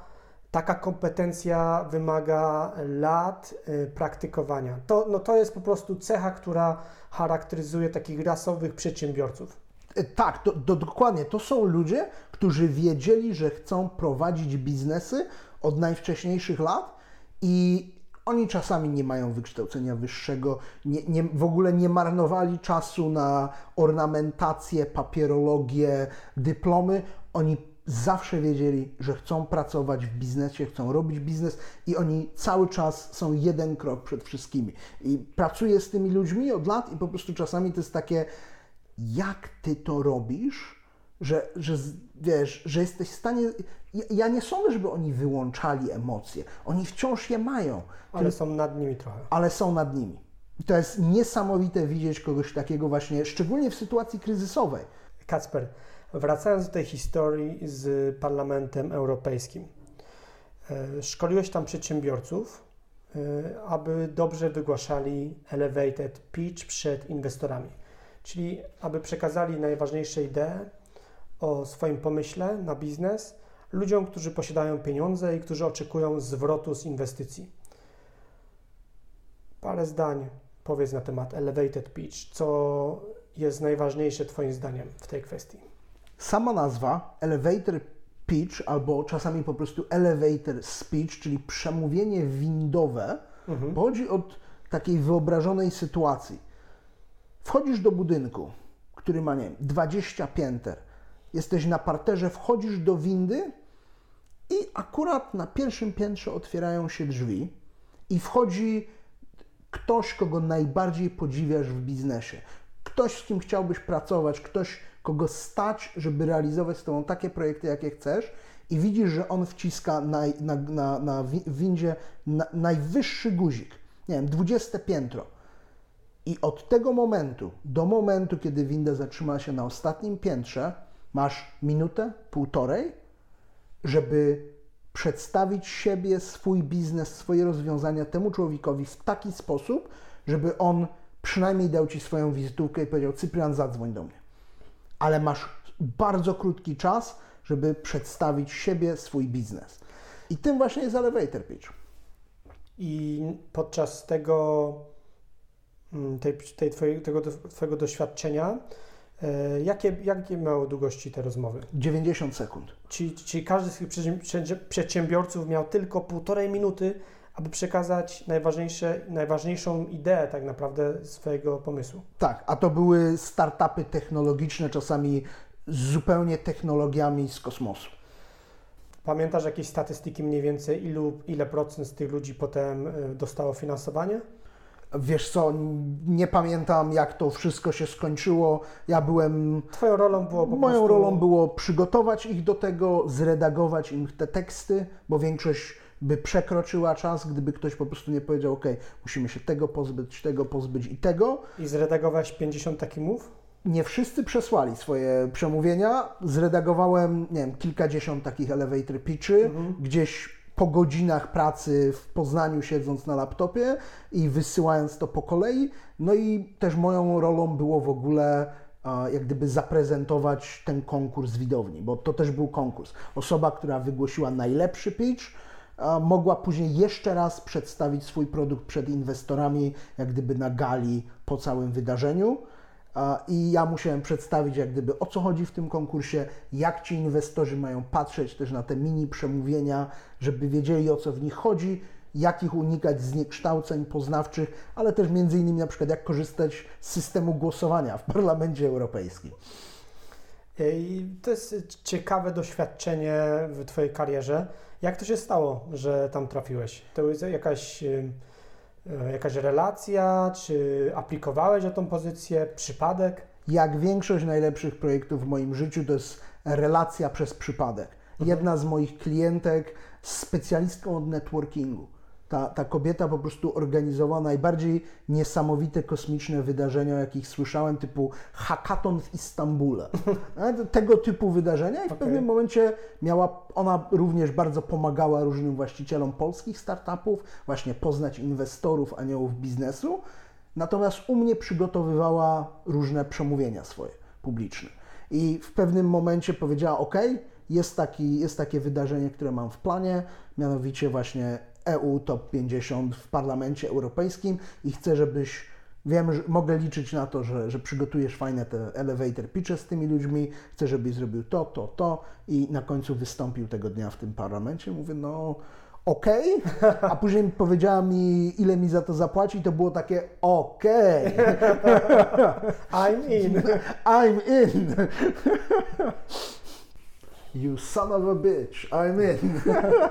taka kompetencja wymaga lat y, praktykowania. To, no, to jest po prostu cecha, która charakteryzuje takich rasowych przedsiębiorców. Tak, to, to dokładnie. To są ludzie, którzy wiedzieli, że chcą prowadzić biznesy od najwcześniejszych lat i oni czasami nie mają wykształcenia wyższego, nie, nie, w ogóle nie marnowali czasu na ornamentację, papierologię, dyplomy. Oni zawsze wiedzieli, że chcą pracować w biznesie, chcą robić biznes i oni cały czas są jeden krok przed wszystkimi. I pracuję z tymi ludźmi od lat i po prostu czasami to jest takie, jak ty to robisz, że, że wiesz, że jesteś w stanie... Ja, ja nie sądzę, żeby oni wyłączali emocje. Oni wciąż je mają. Ale Ty... są nad nimi trochę. Ale są nad nimi. I to jest niesamowite widzieć kogoś takiego właśnie, szczególnie w sytuacji kryzysowej. Kacper, wracając do tej historii z Parlamentem Europejskim. Szkoliłeś tam przedsiębiorców, aby dobrze wygłaszali elevated pitch przed inwestorami. Czyli aby przekazali najważniejsze idee o swoim pomyśle na biznes ludziom, którzy posiadają pieniądze i którzy oczekują zwrotu z inwestycji. Parę zdań powiedz na temat elevated pitch. Co jest najważniejsze Twoim zdaniem w tej kwestii? Sama nazwa elevator pitch albo czasami po prostu elevator speech, czyli przemówienie windowe, mhm. pochodzi od takiej wyobrażonej sytuacji. Wchodzisz do budynku, który ma, nie wiem, dwadzieścia pięter. Jesteś na parterze, wchodzisz do windy i akurat na pierwszym piętrze otwierają się drzwi i wchodzi ktoś, kogo najbardziej podziwiasz w biznesie. Ktoś, z kim chciałbyś pracować, ktoś, kogo stać, żeby realizować z Tobą takie projekty, jakie chcesz i widzisz, że on wciska na, na, na, na windzie na, najwyższy guzik, nie wiem, dwudzieste piętro. I od tego momentu do momentu, kiedy winda zatrzyma się na ostatnim piętrze, masz minutę, półtorej, żeby przedstawić siebie, swój biznes, swoje rozwiązania temu człowiekowi w taki sposób, żeby on przynajmniej dał Ci swoją wizytówkę i powiedział: Cyprian, zadzwoń do mnie. Ale masz bardzo krótki czas, żeby przedstawić siebie, swój biznes. I tym właśnie jest elevator pitch. I podczas tego, tej, tej twojej, tego Twojego doświadczenia, Jakie, jakie miały długości te rozmowy? dziewięćdziesiąt sekund. Czyli, czyli każdy z tych przedsiębiorców miał tylko półtorej minuty, aby przekazać najważniejsze, najważniejszą ideę tak naprawdę swojego pomysłu. Tak, a to były startupy technologiczne, czasami z zupełnie technologiami z kosmosu. Pamiętasz jakieś statystyki mniej więcej, ilu, ile procent z tych ludzi potem dostało finansowanie? Wiesz co, nie pamiętam, jak to wszystko się skończyło. Ja byłem... Twoją rolą było po Moją prostu... rolą było przygotować ich do tego, zredagować im te teksty, bo większość by przekroczyła czas, gdyby ktoś po prostu nie powiedział: OK, musimy się tego pozbyć, tego pozbyć i tego. I zredagować pięćdziesiąt takich mów? Nie wszyscy przesłali swoje przemówienia. Zredagowałem, nie wiem, kilkadziesiąt takich elevator pitchy, mhm. gdzieś po godzinach pracy w Poznaniu, siedząc na laptopie i wysyłając to po kolei. No i też moją rolą było w ogóle jak gdyby zaprezentować ten konkurs widowni, bo to też był konkurs. Osoba, która wygłosiła najlepszy pitch, mogła później jeszcze raz przedstawić swój produkt przed inwestorami, jak gdyby na gali po całym wydarzeniu. I ja musiałem przedstawić, jak gdyby, o co chodzi w tym konkursie, jak ci inwestorzy mają patrzeć też na te mini przemówienia, żeby wiedzieli, o co w nich chodzi, jak ich unikać zniekształceń poznawczych, ale też między innymi na przykład jak korzystać z systemu głosowania w Parlamencie Europejskim. I to jest ciekawe doświadczenie w Twojej karierze. Jak to się stało, że tam trafiłeś? To jest jakaś... Jakaś relacja, czy aplikowałeś o tą pozycję, przypadek? Jak większość najlepszych projektów w moim życiu, to jest relacja przez przypadek. Mhm. Jedna z moich klientek, specjalistką od networkingu. Ta, ta kobieta po prostu organizowała najbardziej niesamowite kosmiczne wydarzenia, o jakich słyszałem, typu hackathon w Istambule. Tego typu wydarzenia i w okay. pewnym momencie miała, ona również bardzo pomagała różnym właścicielom polskich startupów, właśnie poznać inwestorów, aniołów biznesu. Natomiast u mnie przygotowywała różne przemówienia swoje publiczne. I w pewnym momencie powiedziała: OK, jest, taki, jest takie wydarzenie, które mam w planie, mianowicie właśnie E U Top pięćdziesiąt w Parlamencie Europejskim i chcę, żebyś, wiem, że mogę liczyć na to, że, że przygotujesz fajne te elevator pitche z tymi ludźmi, chcę, żebyś zrobił to, to, to i na końcu wystąpił tego dnia w tym parlamencie. Mówię, no okej, okay. A później powiedziała mi, ile mi za to zapłaci, to było takie okej. Okay. I'm in. I'm in. You son of a bitch, I'm in.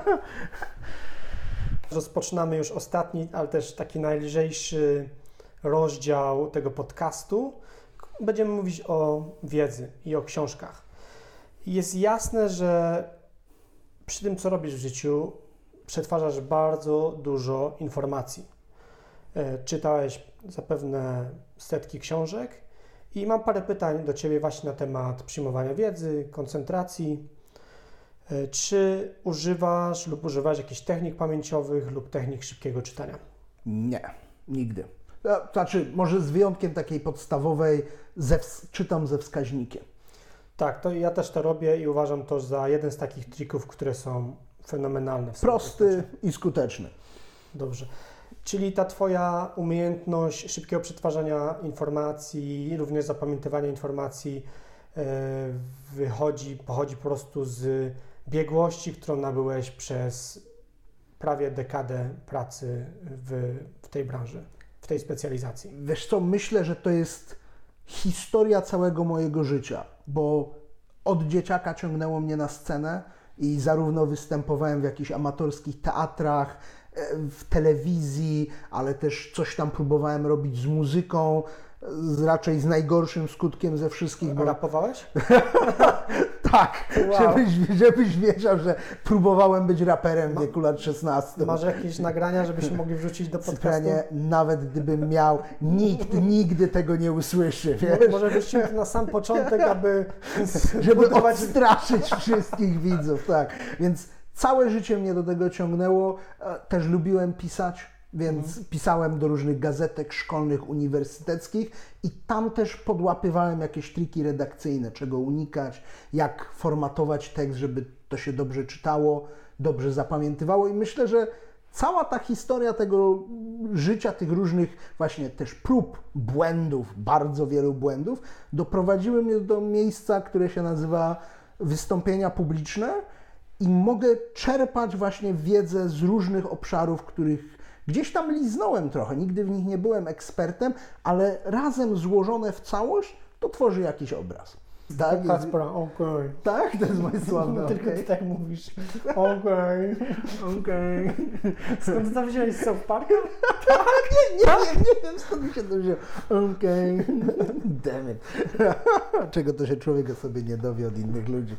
Rozpoczynamy już ostatni, ale też taki najlżejszy rozdział tego podcastu. Będziemy mówić o wiedzy i o książkach. Jest jasne, że przy tym, co robisz w życiu, przetwarzasz bardzo dużo informacji. Czytałeś zapewne setki książek i mam parę pytań do Ciebie właśnie na temat przyjmowania wiedzy, koncentracji. Czy używasz lub używasz jakichś technik pamięciowych lub technik szybkiego czytania? Nie, nigdy. Znaczy, może z wyjątkiem takiej podstawowej, ze, czytam ze wskaźnikiem. Tak, to ja też to robię i uważam to za jeden z takich trików, które są fenomenalne. Prosty i skuteczny. Dobrze. Czyli ta Twoja umiejętność szybkiego przetwarzania informacji, również zapamiętywania informacji yy, wychodzi, pochodzi po prostu z biegłości, którą nabyłeś przez prawie dekadę pracy w, w tej branży, w tej specjalizacji. Wiesz co, myślę, że to jest historia całego mojego życia, bo od dzieciaka ciągnęło mnie na scenę i zarówno występowałem w jakichś amatorskich teatrach, w telewizji, ale też coś tam próbowałem robić z muzyką, z, raczej z najgorszym skutkiem ze wszystkich. Bo... Rapowałeś? Tak, wow. żebyś, żebyś wiedział, że próbowałem być raperem w wieku lat szesnastu. Masz jakieś nagrania, żebyśmy mogli wrzucić do podcastu? Cypranie, nawet gdybym miał, nikt nigdy tego nie usłyszy, wiesz? Może wrzucimy to na sam początek, aby żeby budować... odstraszyć wszystkich widzów, tak. Więc całe życie mnie do tego ciągnęło. Też lubiłem pisać, więc mhm. pisałem do różnych gazetek szkolnych, uniwersyteckich i tam też podłapywałem jakieś triki redakcyjne, czego unikać, jak formatować tekst, żeby to się dobrze czytało, dobrze zapamiętywało i myślę, że cała ta historia tego życia, tych różnych właśnie też prób, błędów, bardzo wielu błędów, doprowadziły mnie do miejsca, które się nazywa wystąpienia publiczne i mogę czerpać właśnie wiedzę z różnych obszarów, których gdzieś tam liznąłem trochę, nigdy w nich nie byłem ekspertem, ale razem złożone w całość to tworzy jakiś obraz. Tak, Kacpra, okej. Okay. Tak? To jest moje sławne. No, tylko ty tak mówisz. Okej. Okay. Okej. Okay. Skąd to wziąłeś z South Parka? Tak, nie, nie tak? wiem, nie wiem skąd mi się to wzięło. Okej. Okay. Damn it. Czego to się człowiek sobie nie dowie od innych ludzi.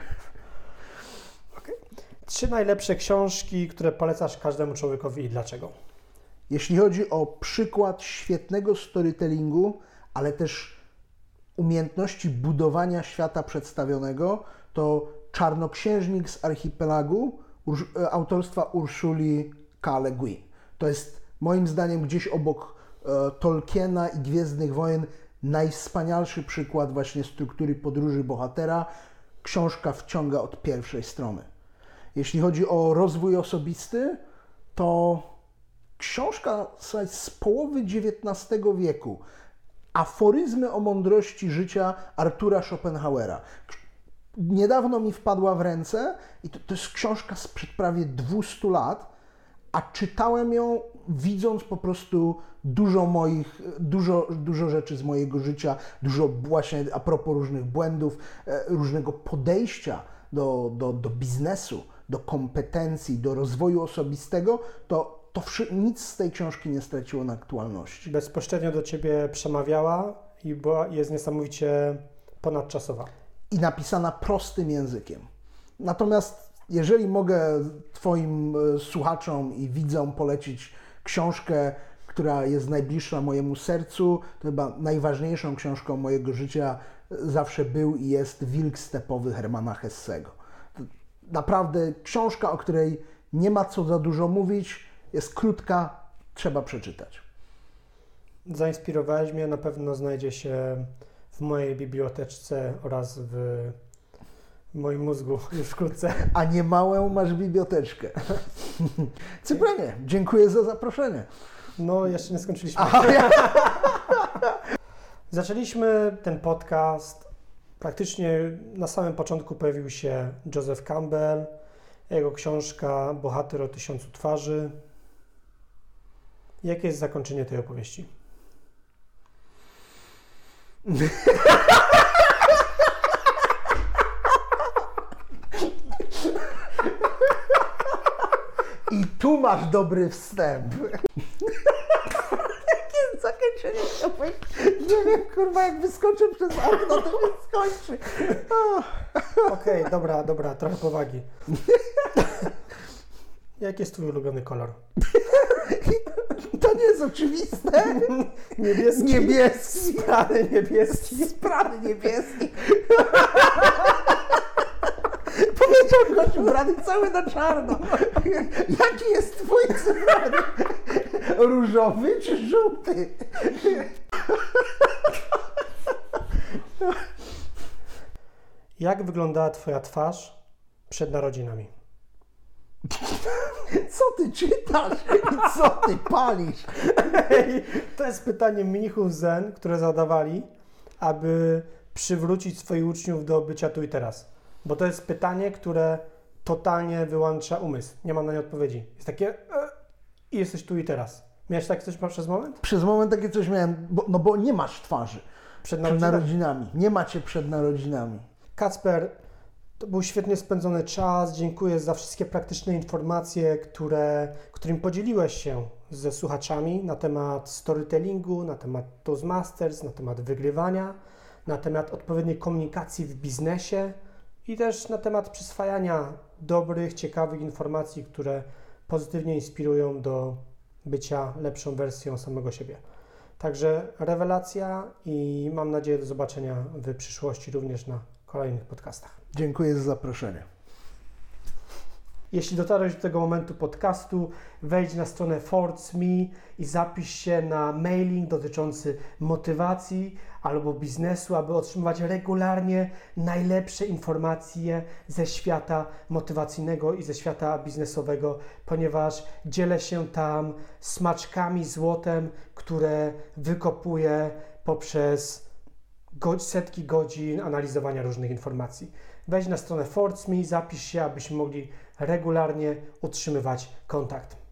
Trzy najlepsze książki, które polecasz każdemu człowiekowi i dlaczego? Jeśli chodzi o przykład świetnego storytellingu, ale też umiejętności budowania świata przedstawionego, to Czarnoksiężnik z Archipelagu autorstwa Ursuli K. Le Guin. To jest moim zdaniem gdzieś obok e, Tolkiena i Gwiezdnych Wojen najwspanialszy przykład właśnie struktury podróży bohatera. Książka wciąga od pierwszej strony. Jeśli chodzi o rozwój osobisty, to książka z połowy dziewiętnastego wieku, Aforyzmy o mądrości życia Artura Schopenhauera. Niedawno mi wpadła w ręce i to, to jest książka sprzed prawie dwustu lat, a czytałem ją widząc po prostu dużo moich, dużo, dużo rzeczy z mojego życia, dużo właśnie a propos różnych błędów, różnego podejścia do, do, do biznesu, do kompetencji, do rozwoju osobistego, to, to nic z tej książki nie straciło na aktualności. Bezpośrednio do Ciebie przemawiała i była, jest niesamowicie ponadczasowa. I napisana prostym językiem. Natomiast jeżeli mogę Twoim słuchaczom i widzom polecić książkę, która jest najbliższa mojemu sercu, to chyba najważniejszą książką mojego życia zawsze był i jest Wilk stepowy Hermana Hessego. Naprawdę książka, o której nie ma co za dużo mówić, jest krótka, trzeba przeczytać. Zainspirowałeś mnie, na pewno znajdzie się w mojej biblioteczce oraz w w moim mózgu już wkrótce. A nie małą masz biblioteczkę. Cyprianie, dziękuję za zaproszenie. No, jeszcze nie skończyliśmy. Aha, ja... Zaczęliśmy ten podcast, praktycznie na samym początku pojawił się Joseph Campbell, jego książka Bohater o tysiącu twarzy. Jakie jest zakończenie tej opowieści? I tu masz dobry wstęp. Jakie zakończenie opowieści? Nie wiem, kurwa, jak wyskoczę przez okno, to się skończy. Okej, okay, dobra, dobra, trochę powagi. Jaki jest twój ulubiony kolor? To nie jest oczywiste. Niebieski. Niebieski. Sprany niebieski. Sprany niebieski. Powiedział gość ubrany cały na czarno. Jaki jest twój sprany? Różowy czy żółty? Jak wyglądała twoja twarz przed narodzinami? Co ty czytasz? I co ty palisz? Hej, to jest pytanie mnichów zen, które zadawali, aby przywrócić swoich uczniów do bycia tu i teraz. Bo to jest pytanie, które totalnie wyłącza umysł. Nie ma na nie odpowiedzi. Jest takie e, i jesteś tu i teraz. Miałeś takie coś przez moment? Przez moment takie coś miałem, bo, no bo nie masz twarzy Przed przed narodzinami. narodzinami. Nie macie przed narodzinami. Kacper, to był świetnie spędzony czas. Dziękuję za wszystkie praktyczne informacje, które, którymi podzieliłeś się ze słuchaczami na temat storytellingu, na temat Toastmasters, na temat wygrywania, na temat odpowiedniej komunikacji w biznesie i też na temat przyswajania dobrych, ciekawych informacji, które pozytywnie inspirują do bycia lepszą wersją samego siebie. Także rewelacja i mam nadzieję do zobaczenia w przyszłości również na kolejnych podcastach. Dziękuję za zaproszenie. Jeśli dotarłeś do tego momentu podcastu, wejdź na stronę Force Me i zapisz się na mailing dotyczący motywacji albo biznesu, aby otrzymywać regularnie najlepsze informacje ze świata motywacyjnego i ze świata biznesowego, ponieważ dzielę się tam smaczkami, złotem, które wykopuję poprzez setki godzin analizowania różnych informacji. Wejdź na stronę Force Me, zapisz się, abyśmy mogli regularnie utrzymywać kontakt.